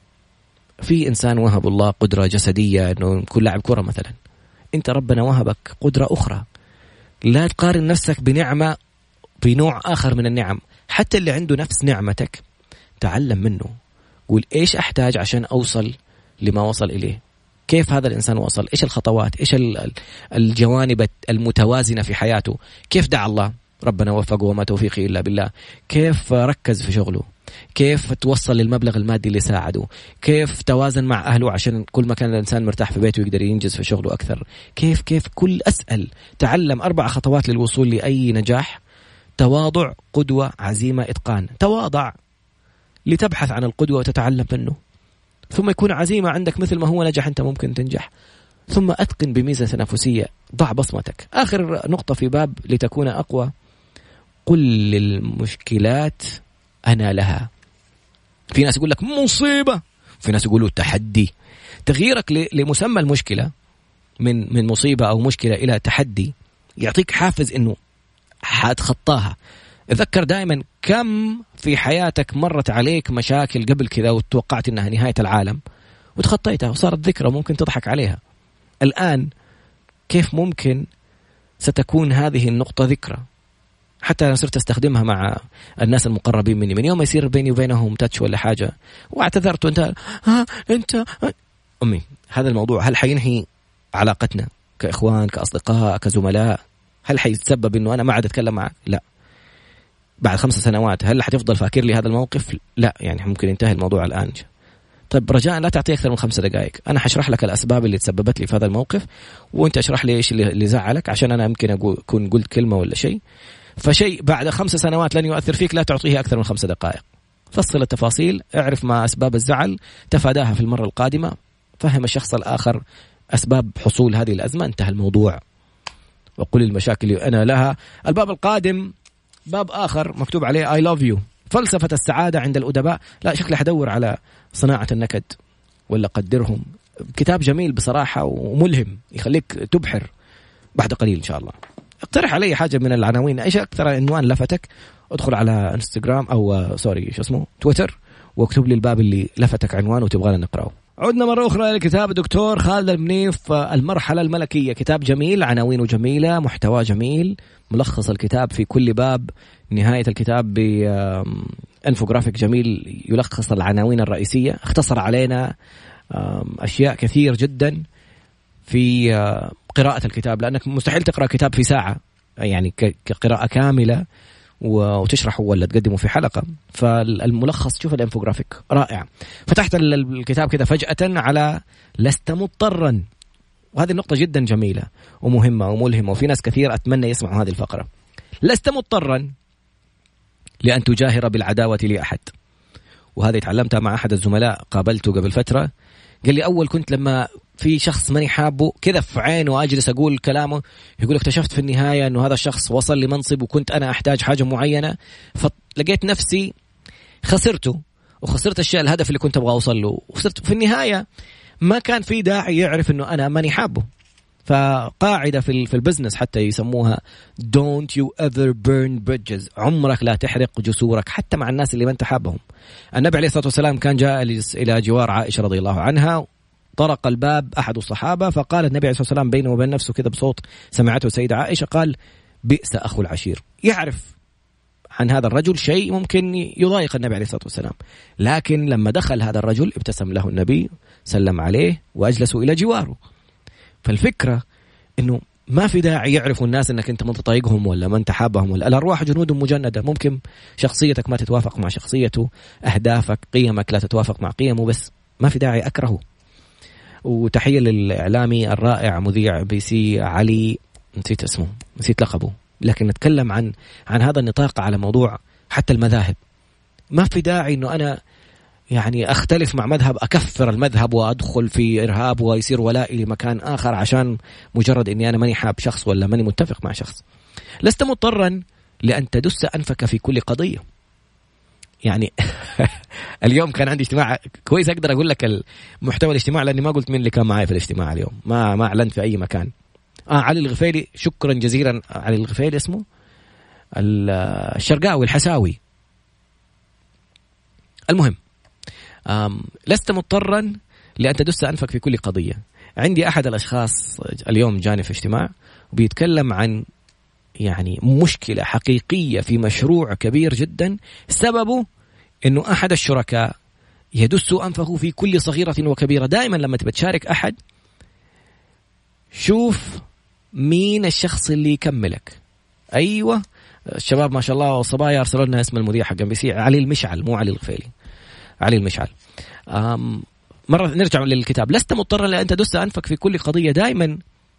في إنسان وهب الله قدرة جسدية أنه يكون لاعب كرة مثلا، أنت ربنا وهبك قدرة أخرى. لا تقارن نفسك بنعمة بنوع آخر من النعم. حتى اللي عنده نفس نعمتك تعلم منه، قول إيش أحتاج عشان أوصل لما وصل إليه. كيف هذا الإنسان وصل؟ إيش الخطوات؟ إيش الجوانب المتوازنة في حياته؟ كيف دعا الله ربنا وفقه وما توفيقي إلا بالله؟ كيف ركز في شغله؟ كيف توصل للمبلغ المادي اللي ساعده؟ كيف توازن مع أهله عشان كل ما كان الإنسان مرتاح في بيته يقدر ينجز في شغله أكثر؟ كيف كل أسأل. تعلم 4 خطوات للوصول لأي نجاح: تواضع، قدوة، عزيمة، إتقان. تواضع لتبحث عن القدوة وتتعلم منه، ثم يكون عزيمة عندك مثل ما هو نجح أنت ممكن تنجح، ثم أتقن بميزة تنافسية، ضع بصمتك. آخر نقطة في باب لتكون أقوى: قل للمشكلات أنا لها. في ناس يقول لك مصيبة، في ناس يقولوا تحدي. تغييرك لمسمى المشكلة من مصيبة أو مشكلة إلى تحدي يعطيك حافز إنه حتخطاها. تذكر دائما كم في حياتك مرت عليك مشاكل قبل كذا وتوقعت إنها نهاية العالم وتخطيتها وصارت ذكرى ممكن تضحك عليها. الآن كيف ممكن ستكون هذه النقطة ذكرى؟ حتى أنا صرت أستخدمها مع الناس المقربين مني. من يوم ما يصير بيني وبينهم تاتش ولا حاجة واعتذرت أنت أمي، هذا الموضوع هل حينهي علاقتنا كإخوان كأصدقاء كزملاء؟ هل حيتسبب إنه أنا ما عاد أتكلم معك؟ لا. بعد 5 سنوات هل حتفضل فاكر لي هذا الموقف؟ لا، يعني ممكن ينتهي الموضوع الآن. طيب رجاء لا تعطي أكثر من 5 دقائق. أنا حشرح لك الأسباب اللي تسببت لي في هذا الموقف، وأنت اشرح لي إيش اللي زعلك، عشان أنا يمكن أكون قلت كلمة ولا شيء. فشيء بعد 5 سنوات لن يؤثر فيك لا تعطيه أكثر من 5 دقائق. فصل التفاصيل، اعرف ما أسباب الزعل، تفاداها في المرة القادمة، فهم الشخص الآخر أسباب حصول هذه الأزمة، انتهى الموضوع. وقل المشاكل أنا لها. الباب القادم باب آخر مكتوب عليه I love you، فلسفة السعادة عند الأدباء. لا شكلي حدور على صناعة النكد ولا قدرهم. كتاب جميل بصراحة وملهم يخليك تبحر. بعد قليل إن شاء الله اقترح علي حاجة من العناوين، ايش اكثر عنوان لفتك، ادخل على انستغرام او تويتر واكتب لي الباب اللي لفتك عنوانه وتبغانا نقرأه. عدنا مرة أخرى لكتاب الدكتور خالد المنيف المرحلة الملكية. كتاب جميل، عناوينه جميلة، محتوى جميل، ملخص الكتاب في كل باب، نهاية الكتاب بإنفوغرافيك جميل يلخص العناوين الرئيسية، اختصر علينا أشياء كثير جدا في قراءة الكتاب، لأنك مستحيل تقرأ كتاب في ساعة يعني كقراءة كاملة وتشرحه ولا تقدمه في حلقة. فالملخص شوف الانفوغرافيك رائع. فتحت الكتاب كده فجأة على لست مضطرا، وهذه النقطة جدا جميلة ومهمة وملهمة، وفي ناس كثير أتمنى يسمعوا هذه الفقرة. لست مضطرا لأن تجاهر بالعداوة لأحد. وهذه تعلمتها مع أحد الزملاء قابلته قبل فترة، قال لي أول كنت لما في شخص ماني حابه كذا في عينه وأجلس أقول كلامه، يقول اكتشفت في النهاية أنه هذا الشخص وصل لمنصب وكنت أنا أحتاج حاجة معينة، فلقيت نفسي خسرته وخسرت الشيء الهدف اللي كنت أبغى أوصل له، وخسرت في النهاية. ما كان في داعي يعرف أنه أنا ماني حابه. فقاعدة في البزنس حتى يسموها don't you ever burn bridges، عمرك لا تحرق جسورك حتى مع الناس اللي ما انت حابهم. النبي عليه الصلاة والسلام كان جالس إلى جوار عائشة رضي الله عنها، طرق الباب أحد الصحابة، فقال النبي عليه الصلاة والسلام بينه وبين نفسه كذا بصوت سمعته السيدة عائشة، قال بئس أخو العشير. يعرف عن هذا الرجل شيء ممكن يضايق النبي عليه الصلاة والسلام، لكن لما دخل هذا الرجل ابتسم له النبي، سلم عليه وأجلسوا إلى جواره. فالفكرة إنه ما في داعي يعرفوا الناس إنك أنت متطايقهم ولا ما أنت حابهم، ولا الأرواح جنود مجندة، ممكن شخصيتك ما تتوافق مع شخصيته، أهدافك قيمك لا تتوافق مع قيمه، بس ما في داعي أكرهه. وتحية للإعلامي الرائع مذيع بي سي علي، نسيت اسمه نسيت لقبه، لكن نتكلم عن هذا النطاق على موضوع حتى المذاهب. ما في داعي إنه أنا يعني أختلف مع مذهب أكفر المذهب وأدخل في إرهاب ويصير ولائي لمكان آخر عشان مجرد إني أنا ماني حاب شخص ولا ماني متفق مع شخص. لست مضطرا لأن تدس أنفك في كل قضية. يعني اليوم كان عندي اجتماع كويس، أقدر أقول لك المحتوى الاجتماع لأني ما قلت مين اللي كان معي في الاجتماع اليوم، ما أعلنت في أي مكان. علي الغفيلي، شكرا جزيلا علي الغفيلي، اسمه الشرقاوي الحساوي. المهم لست مضطرا لأن تدس أنفك في كل قضية. عندي أحد الأشخاص اليوم جاني في اجتماع وبيتكلم عن يعني مشكلة حقيقية في مشروع كبير جدا، سببه أنه أحد الشركاء يدس أنفه في كل صغيرة وكبيرة. دائما لما تبى تشارك أحد شوف مين الشخص اللي يكملك. أيوة الشباب ما شاء الله والصبايا أرسلوا لنا اسم المذيع حق ام بي سي، علي المشعل، مو علي الغفيلي، علي المشعل. مرة نرجع للكتاب. لست مضطرا لأن تدس أنفك في كل قضية. دائما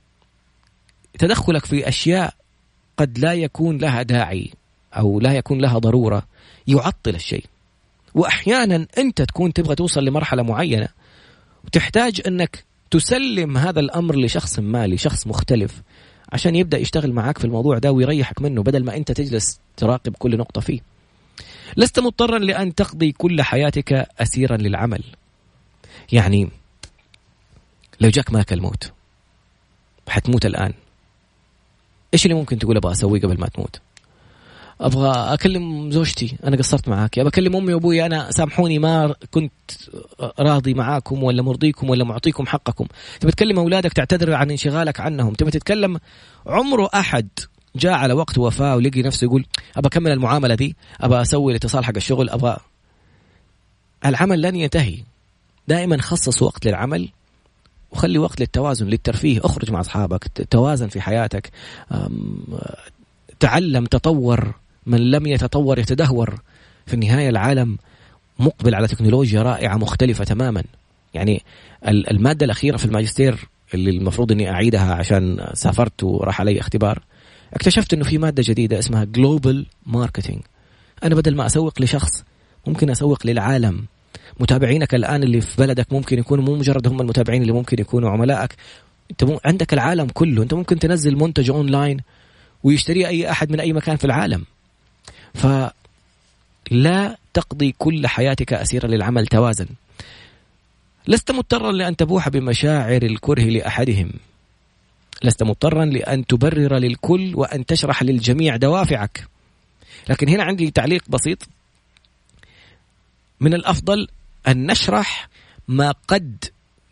تدخلك في أشياء قد لا يكون لها داعي أو لا يكون لها ضرورة يعطل الشيء. وأحيانا أنت تكون تبغى توصل لمرحلة معينة وتحتاج أنك تسلم هذا الأمر لشخص ما، لشخص مختلف، عشان يبدأ يشتغل معك في الموضوع ده ويريحك منه بدل ما أنت تجلس تراقب كل نقطة فيه. لست مضطرا لأن تقضي كل حياتك أسيرا للعمل. يعني لو جاك ملك الموت حتموت الآن، إيش اللي ممكن تقول أبغى أسوي قبل ما تموت؟ أبغى أكلم زوجتي، أنا قصرت معاك. أبغى أكلم أمي وأبوي، أنا سامحوني ما كنت راضي معاكم ولا مرضيكم ولا معطيكم حقكم. تبغى تكلم أولادك تعتذر عن انشغالك عنهم. تبغى تتكلم، عمره أحد جاء على وقت وفاة ولقي نفسه يقول أبغى أكمل المعاملة دي، أبغى أسوي الاتصال حق الشغل، أبغى. العمل لن ينتهي. دائما خصص وقت للعمل وخلي وقت للتوازن، للترفيه. اخرج مع أصحابك، توازن في حياتك، تعلم، تطور. من لم يتطور يتدهور. في النهاية العالم مقبل على تكنولوجيا رائعة مختلفة تماما. يعني المادة الأخيرة في الماجستير اللي المفروض أني أعيدها عشان سافرت وراح علي اختبار، اكتشفت أنه في مادة جديدة اسمها Global Marketing. أنا بدل ما أسوق لشخص ممكن أسوق للعالم. متابعينك الآن اللي في بلدك ممكن يكونوا مو مجرد هم المتابعين اللي ممكن يكونوا عملائك، أنت عندك العالم كله. أنت ممكن تنزل منتج أونلاين ويشتري أي أحد من أي مكان في العالم. فلا تقضي كل حياتك أسيرا للعمل، توازن. لست مضطرا لأن تبوح بمشاعر الكره لأحدهم. لست مضطرا لأن تبرر للكل وأن تشرح للجميع دوافعك. لكن هنا عندي تعليق بسيط. من الأفضل أن نشرح ما قد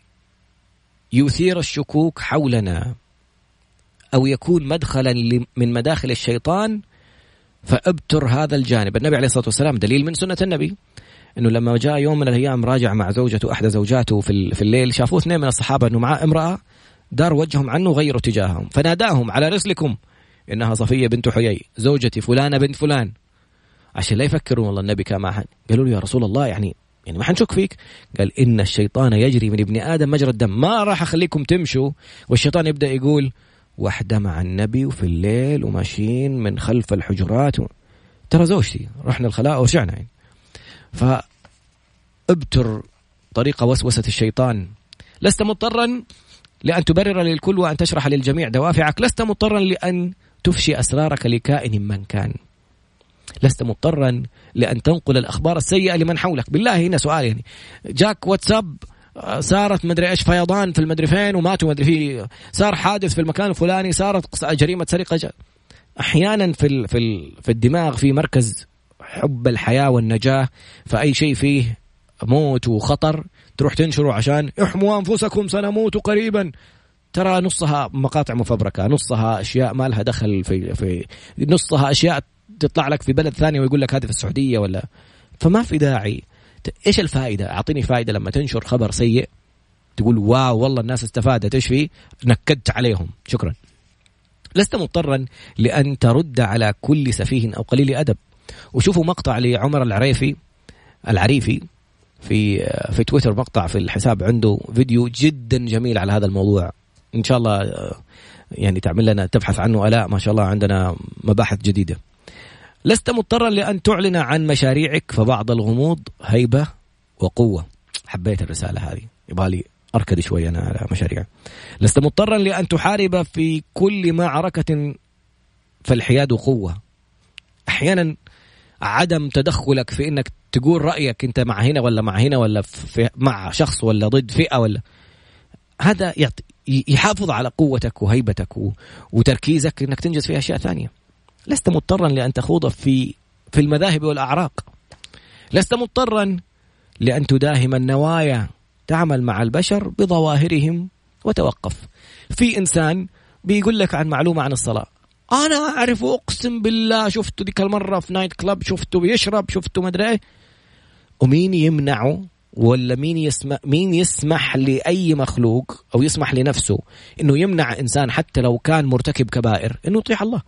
يثير الشكوك حولنا أو يكون مدخلا من مداخل الشيطان، فأبتر هذا الجانب. النبي عليه الصلاة والسلام دليل من سنة النبي أنه لما جاء يوم من الأيام راجع مع زوجته أحد زوجاته في الليل، شافوه اثنين من الصحابة أنه معاه امرأة، دار وجههم عنه غيروا تجاههم، فناداهم على رسلكم إنها صفية بنت حيي زوجتي فلانة بنت فلان، عشان لا يفكرون والله النبي كان معهن. قالوا له يا رسول الله يعني ما حنشك فيك. قال إن الشيطان يجري من ابن آدم مجرى الدم، ما راح أخليكم تمشوا والشيطان يبدأ يقول واحدة مع النبي وفي الليل وماشيين من خلف الحجرات ترى زوجتي، رحنا الخلاء ورجعنا يعني. فابتر طريقة وسوسة الشيطان. لست مضطرا لأن تبرر للكل وأن تشرح للجميع دوافعك، لست مضطرا لأن تفشي أسرارك لكائن من كان، لست مضطرا لأن تنقل الأخبار السيئة لمن حولك. بالله هنا سؤال، يعني جاك واتساب صارت مدري إيش فيضان في المدري فين وماتوا مدري فيه، صار حادث في المكان الفلاني، صارت جريمة سرقة. أحيانا في الدماغ في مركز حب الحياة والنجاة، فأي شيء فيه موت وخطر تروح تنشره عشان احموا أنفسكم سنموت قريبا. ترى نصها مقاطع مفبركة، نصها أشياء ما لها دخل في نصها أشياء تطلع لك في بلد ثاني ويقول لك هذه في السعودية ولا. فما في داعي. إيش الفائدة؟ أعطيني فائدة لما تنشر خبر سيء تقول واو والله الناس استفادت، إيش فيه؟ نكدت عليهم، شكرا. لست مضطرا لأن ترد على كل سفيه أو قليل أدب. وشوفوا مقطع لعمر العريفي في تويتر، مقطع في الحساب عنده فيديو جدا جميل على هذا الموضوع. إن شاء الله يعني تعمل لنا تبحث عنه ألاء، ما شاء الله عندنا مباحث جديدة. لست مضطرا لأن تعلن عن مشاريعك، فبعض الغموض هيبة وقوة. حبيت الرسالة هذه، يبغالي أركض شوي أنا على مشاريع. لست مضطرا لأن تحارب في كل معركة، فالحياد قوة. أحيانا عدم تدخلك في إنك تقول رأيك أنت مع هنا ولا مع هنا ولا مع شخص ولا ضد فئة ولا، هذا يحافظ على قوتك وهيبتك وتركيزك إنك تنجز في أشياء ثانية. لست مضطرا لأن تخوض في المذاهب والأعراق. لست مضطرا لأن تداهم النوايا، تعمل مع البشر بظواهرهم وتوقف. في إنسان بيقول لك عن معلومة عن الصلاة، أنا أعرف أقسم بالله شفته ذيك المرة في نايت كلاب، شفته بيشرب، شفته مدري إيه. ومين يمنعه ولا مين يسمح لأي مخلوق أو يسمح لنفسه إنه يمنع إنسان حتى لو كان مرتكب كبائر إنه يطيع الله؟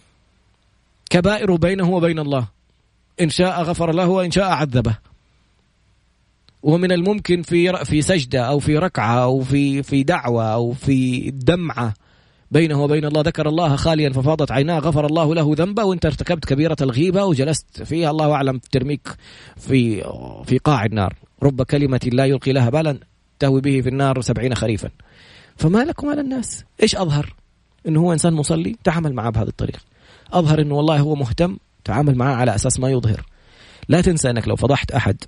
كبائر بينه وبين الله، إن شاء غفر له وإن شاء عذبه. ومن الممكن في سجدة أو في ركعة أو في دعوة أو في دمعة بينه وبين الله ذكر الله خاليا ففاضت عيناه غفر الله له ذنبه، وانت ارتكبت كبيرة الغيبة وجلست فيها الله أعلم ترميك في قاع النار. رب كلمة لا يلقي لها بالا تهوي به في النار 70 خريفا. فما لكم على الناس؟ إيش أظهر؟ إنه هو إنسان مصلي، تعامل معه بهذه الطريقة. أظهر إنه والله هو مهتم، تعامل معه على أساس ما يظهر. لا تنسى أنك لو فضحت أحد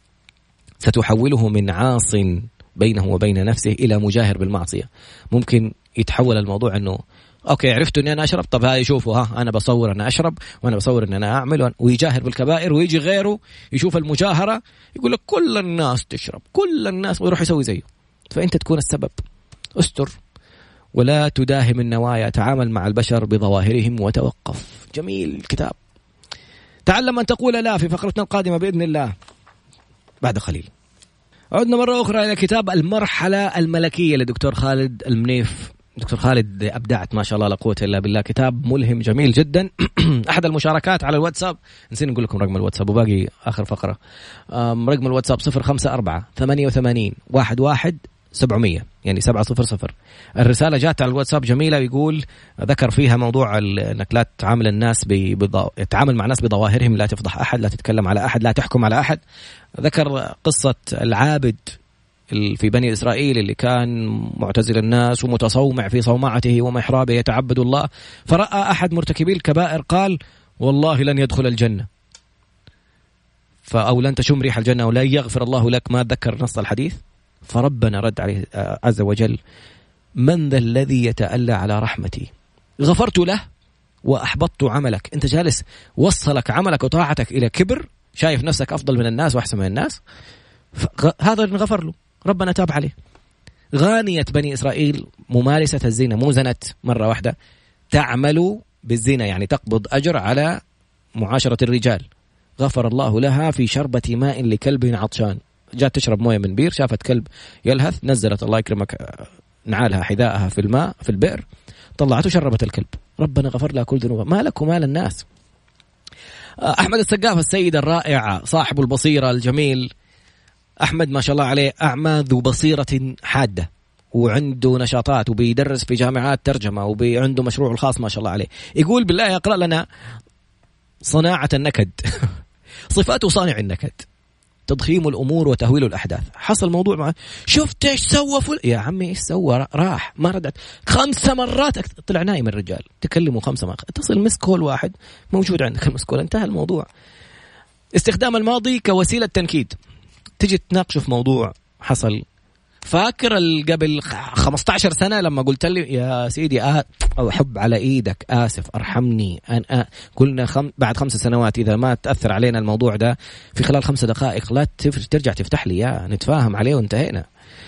ستحوله من عاص بينه وبين نفسه إلى مجاهر بالمعصية. ممكن يتحول الموضوع أنه أوكي عرفتوا أني أنا أشرب، طب هاي شوفوا أنا بصور أنا أشرب وأنا بصور أن أنا أعمل، ويجاهر بالكبائر، ويجي غيره يشوف المجاهرة يقول لك كل الناس تشرب كل الناس، ويروح يسوي زيه. فأنت تكون السبب. استر ولا تداهم النوايا، تعامل مع البشر بظواهرهم وتوقف. جميل الكتاب. تعلم أن تقول لا في فقرتنا القادمة بإذن الله بعد قليل. عدنا مرة أخرى إلى كتاب المرحلة الملكية لدكتور خالد المنيف. دكتور خالد أبدعت ما شاء الله لا قوة إلا بالله، كتاب ملهم جميل جدا. أحد المشاركات على الواتساب، نسينا نقول لكم رقم الواتساب وباقي آخر فقرة. رقم الواتساب 054-88-11-700 يعني 700. الرسالة جات على الواتساب جميلة، يقول ذكر فيها موضوع أنك لا تعامل الناس تعامل مع الناس بظواهرهم، لا تفضح أحد، لا تتكلم على أحد، لا تحكم على أحد. ذكر قصة العابد في بني إسرائيل اللي كان معتزل الناس ومتصومع في صومعته ومحرابه يتعبد الله، فرأى أحد مرتكبي الكبائر قال والله لن يدخل الجنة، أو لن تشم ريح الجنة ولا يغفر الله لك، ما ذكر نص الحديث. فربنا رد عليه عز وجل من ذا الذي يتألى على رحمتي، غفرت له وأحبطت عملك. أنت جالس وصلك عملك وطاعتك إلى كبر شايف نفسك أفضل من الناس وأحسن من الناس، هذا غفر له، ربنا تاب عليه. غانية بني إسرائيل ممارسة الزنا، مو زنت مرة واحدة، تعمل بالزنا، يعني تقبض أجر على معاشرة الرجال. غفر الله لها في شربة ماء لكلب عطشان. جات تشرب موية من بير، شافت كلب يلهث، نزلت الله يكرمك نعالها حذاءها في الماء في البئر، طلعته شربت الكلب، ربنا غفر لها كل ذنوبها. ما لك ومال الناس. أحمد السقاف السيد الرائع صاحب البصيرة الجميل، أحمد ما شاء الله عليه أعمى ذو بصيرة حادة، وعنده نشاطات وبيدرس في جامعات ترجمة وعنده مشروع الخاص ما شاء الله عليه. يقول بالله يقرأ لنا صناعة النكد صفات صانع النكد: تضخيم الأمور وتهويل الأحداث. حصل موضوع معه، شفت إيش سوى يا عمي إيش سوى؟ راح ما ردت 5 مرات، طلع نايم الرجال، تكلموا 5 مرات، اتصل مسكول واحد موجود عندك المسكول، انتهى الموضوع. استخدام الماضي كوسيلة تنكيد، تجي تناقشه في موضوع حصل. فاكر قبل 15 سنة لما قلت لي يا سيدي أو حب على إيدك، آسف أرحمني، أنا قلنا بعد 5 سنوات إذا ما تأثر علينا الموضوع ده في خلال 5 دقائق لا ترجع تفتح لي يا نتفاهم عليه وانتهينا.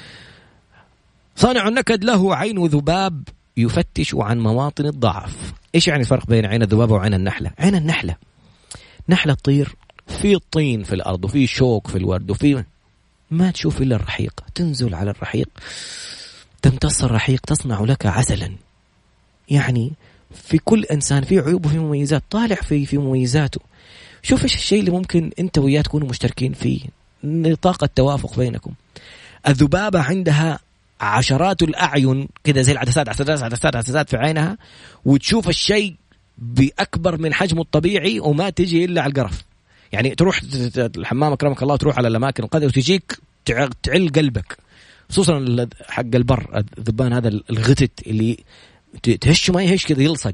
صانع النكد له عين ذباب يفتش عن مواطن الضعف. إيش يعني الفرق بين عين الذباب وعين النحلة؟ عين النحلة نحلة تطير في طين في الأرض وفي شوك في الورد وفي ما تشوف إلا الرحيق، تنزل على الرحيق تمتص الرحيق تصنع لك عسلا. يعني في كل إنسان في عيوب وفي مميزات، طالع في مميزاته، شوف إيش الشيء اللي ممكن أنت وياه تكونوا مشتركين فيه، نطاق التوافق بينكم. الذبابة عندها عشرات الأعين كده زي العدسات، عدسات في عينها، وتشوف الشيء بأكبر من حجمه الطبيعي وما تجي إلا على القرف. يعني تروح الحمام أكرمك الله، تروح على الأماكن القذرة وتجيك تعل قلبك، خصوصا حق البر الذبان هذا الغتت اللي تهش ما يهش كذا يلصق.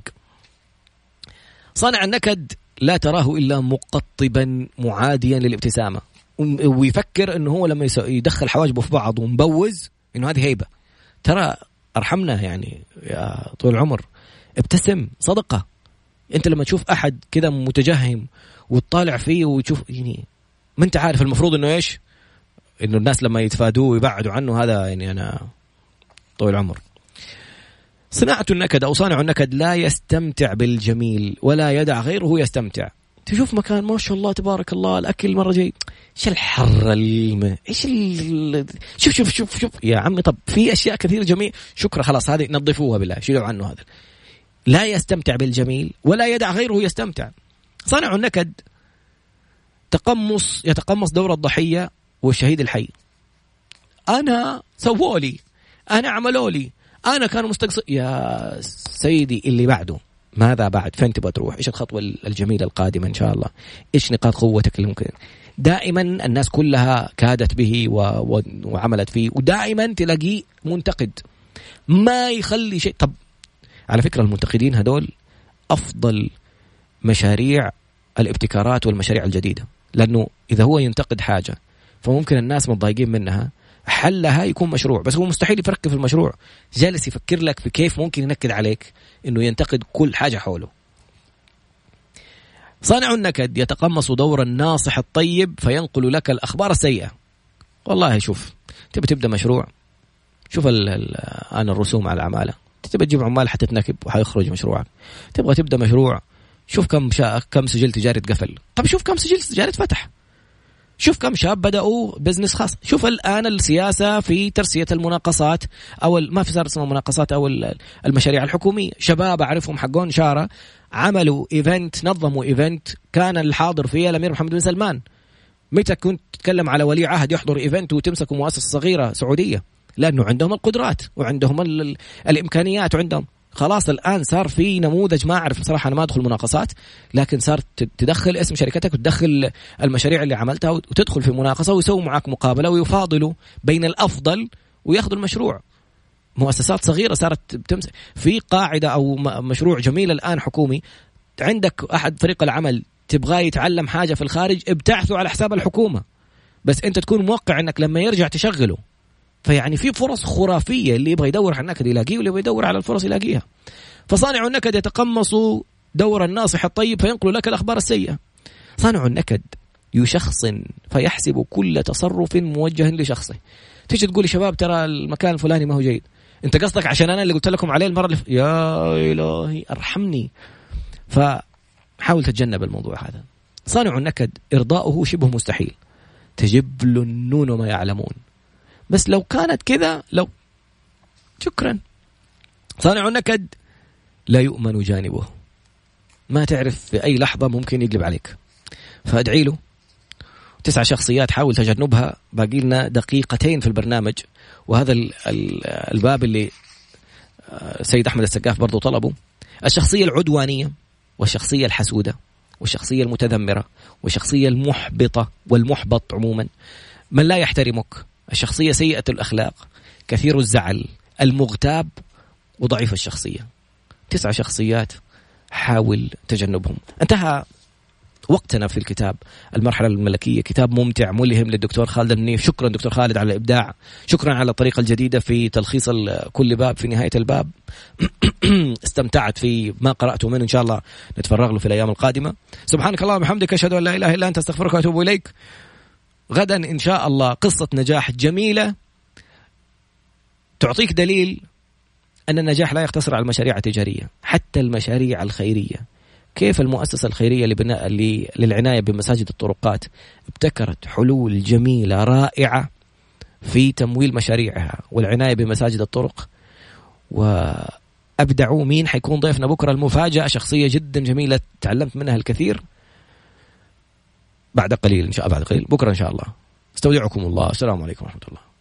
صانع النكد لا تراه إلا مقطبا معاديا للابتسامة، ويفكر إنه هو لما يدخل حواجبه في بعض ومبوز إنه هذه هيبة. ترى أرحمنا يعني يا طول العمر، ابتسم، صدقة. أنت لما تشوف أحد كذا متجهم وتطالع فيه وتشوف، يعني ما أنت عارف المفروض إنه إيش، إنه الناس لما يتفادوه ويبعدوا عنه، هذا يعني أنا طول العمر. صناعة النكد أو صانع النكد لا يستمتع بالجميل ولا يدع غيره يستمتع. تشوف مكان ما شاء الله تبارك الله الأكل مرة جيد، إيش الحر إيش شوف يا عمي، طب في أشياء كثيرة جميل، شكرا خلاص هذه نظفوها بالله، شيلوا عنه هذا. لا يستمتع بالجميل ولا يدع غيره يستمتع. صانع النكد يتقمص دور الضحية والشهيد الحي. أنا سوولي، أنا عملولي، أنا كانوا مستقصد. يا سيدي اللي بعده ماذا بعد؟ فين تبغى تروح؟ إيش الخطوة الجميلة القادمة إن شاء الله؟ إيش نقاط قوتك اللي ممكن؟ دائما الناس كلها كادت به وعملت فيه، ودائما تلاقيه منتقد ما يخلي شيء. طب على فكرة المنتقدين هدول أفضل مشاريع الابتكارات والمشاريع الجديدة، لأنه إذا هو ينتقد حاجة فممكن الناس متضايقين منها، حلها يكون مشروع، بس هو مستحيل يفكر في المشروع، جالس يفكر لك في كيف ممكن ينكد عليك، إنه ينتقد كل حاجة حوله. صانع النكد يتقمص دور الناصح الطيب فينقل لك الأخبار السيئة. والله شوف، تبي تبدأ مشروع، شوف أنا الرسوم على العمالة، تبي تجيب عمال حتتنكب وحيخرج مشروعك. تبغى تبدأ مشروع، شوف كم سجل تجاري تقفل، طب شوف كم سجل تجاري فتح، شوف كم شاب بدأوا بزنس خاص. شوف الآن السياسة في ترسية المناقصات أو ما في صار اسمها مناقصات أو المشاريع الحكومية، شباب أعرفهم حقون شارة عملوا إيفنت، نظموا إيفنت كان الحاضر فيه الأمير محمد بن سلمان. متى كنت تتكلم على ولي عهد يحضر إيفنت وتمسك مؤسسة صغيرة سعودية؟ لأنه عندهم القدرات وعندهم الإمكانيات وعندهم خلاص. الآن صار في نموذج، ما أعرف بصراحة أنا ما أدخل مناقصات، لكن صار تدخل اسم شركتك وتدخل المشاريع اللي عملتها وتدخل في مناقصة ويسووا معك مقابلة ويفاضلوا بين الأفضل ويأخذوا المشروع. مؤسسات صغيرة صارت بتمسك في قاعدة أو مشروع جميل الآن حكومي، عندك أحد فريق العمل تبغى يتعلم حاجة في الخارج، ابتعثوا على حساب الحكومة، بس أنت تكون موقع أنك لما يرجع تشغله. فيعني في فرص خرافية، اللي يبغى يدور على النكد يلاقيه، واللي يبغى يدور على الفرص يلاقيها. فصانع النكد يتقمص دور الناصح الطيب فينقل لك الأخبار السيئة. صانع النكد يشخصن فيحسب كل تصرف موجه لشخصه. تيجي تقول شباب ترى المكان الفلاني ما هو جيد، انت قصدك عشان انا اللي قلت لكم عليه المره اللي يا الهي ارحمني. فحاول تتجنب الموضوع هذا. صانع النكد ارضاؤه شبه مستحيل، تجبلنون ما يعلمون. بس لو كانت كذا، لو شكرا. صانع النكد لا يؤمن جانبه، ما تعرف في أي لحظة ممكن يقلب عليك. فأدعي له. 9 شخصيات حاول تجنبها، باقي لنا دقيقتين في البرنامج، وهذا الباب اللي سيد أحمد السقاف برضو طلبه. الشخصية العدوانية، والشخصية الحسودة، والشخصية المتذمرة، والشخصية المحبطة والمحبط عموما. من لا يحترمك، الشخصية سيئة الأخلاق، كثير الزعل، المغتاب، وضعيف الشخصية. 9 شخصيات حاول تجنبهم. انتهى وقتنا في الكتاب المرحلة الملكية، كتاب ممتع ملهم للدكتور خالد المنيف. شكرا دكتور خالد على الإبداع، شكرا على الطريقة الجديدة في تلخيص كل باب في نهاية الباب. استمتعت في ما قرأته منه، إن شاء الله نتفرغ له في الأيام القادمة. سبحانك اللهم وبحمدك، أشهد أن لا إله إلا أنت، أستغفرك وأتوب إليك. غدا إن شاء الله قصة نجاح جميلة تعطيك دليل أن النجاح لا يقتصر على المشاريع التجارية، حتى المشاريع الخيرية. كيف المؤسسة الخيرية للعناية بمساجد الطرقات ابتكرت حلول جميلة رائعة في تمويل مشاريعها والعناية بمساجد الطرق، وأبدعوا. مين حيكون ضيفنا بكرة؟ المفاجأة، شخصية جدا جميلة تعلمت منها الكثير. بعد قليل إن شاء الله، بعد قليل بكرة إن شاء الله. استودعكم الله، السلام عليكم ورحمة الله.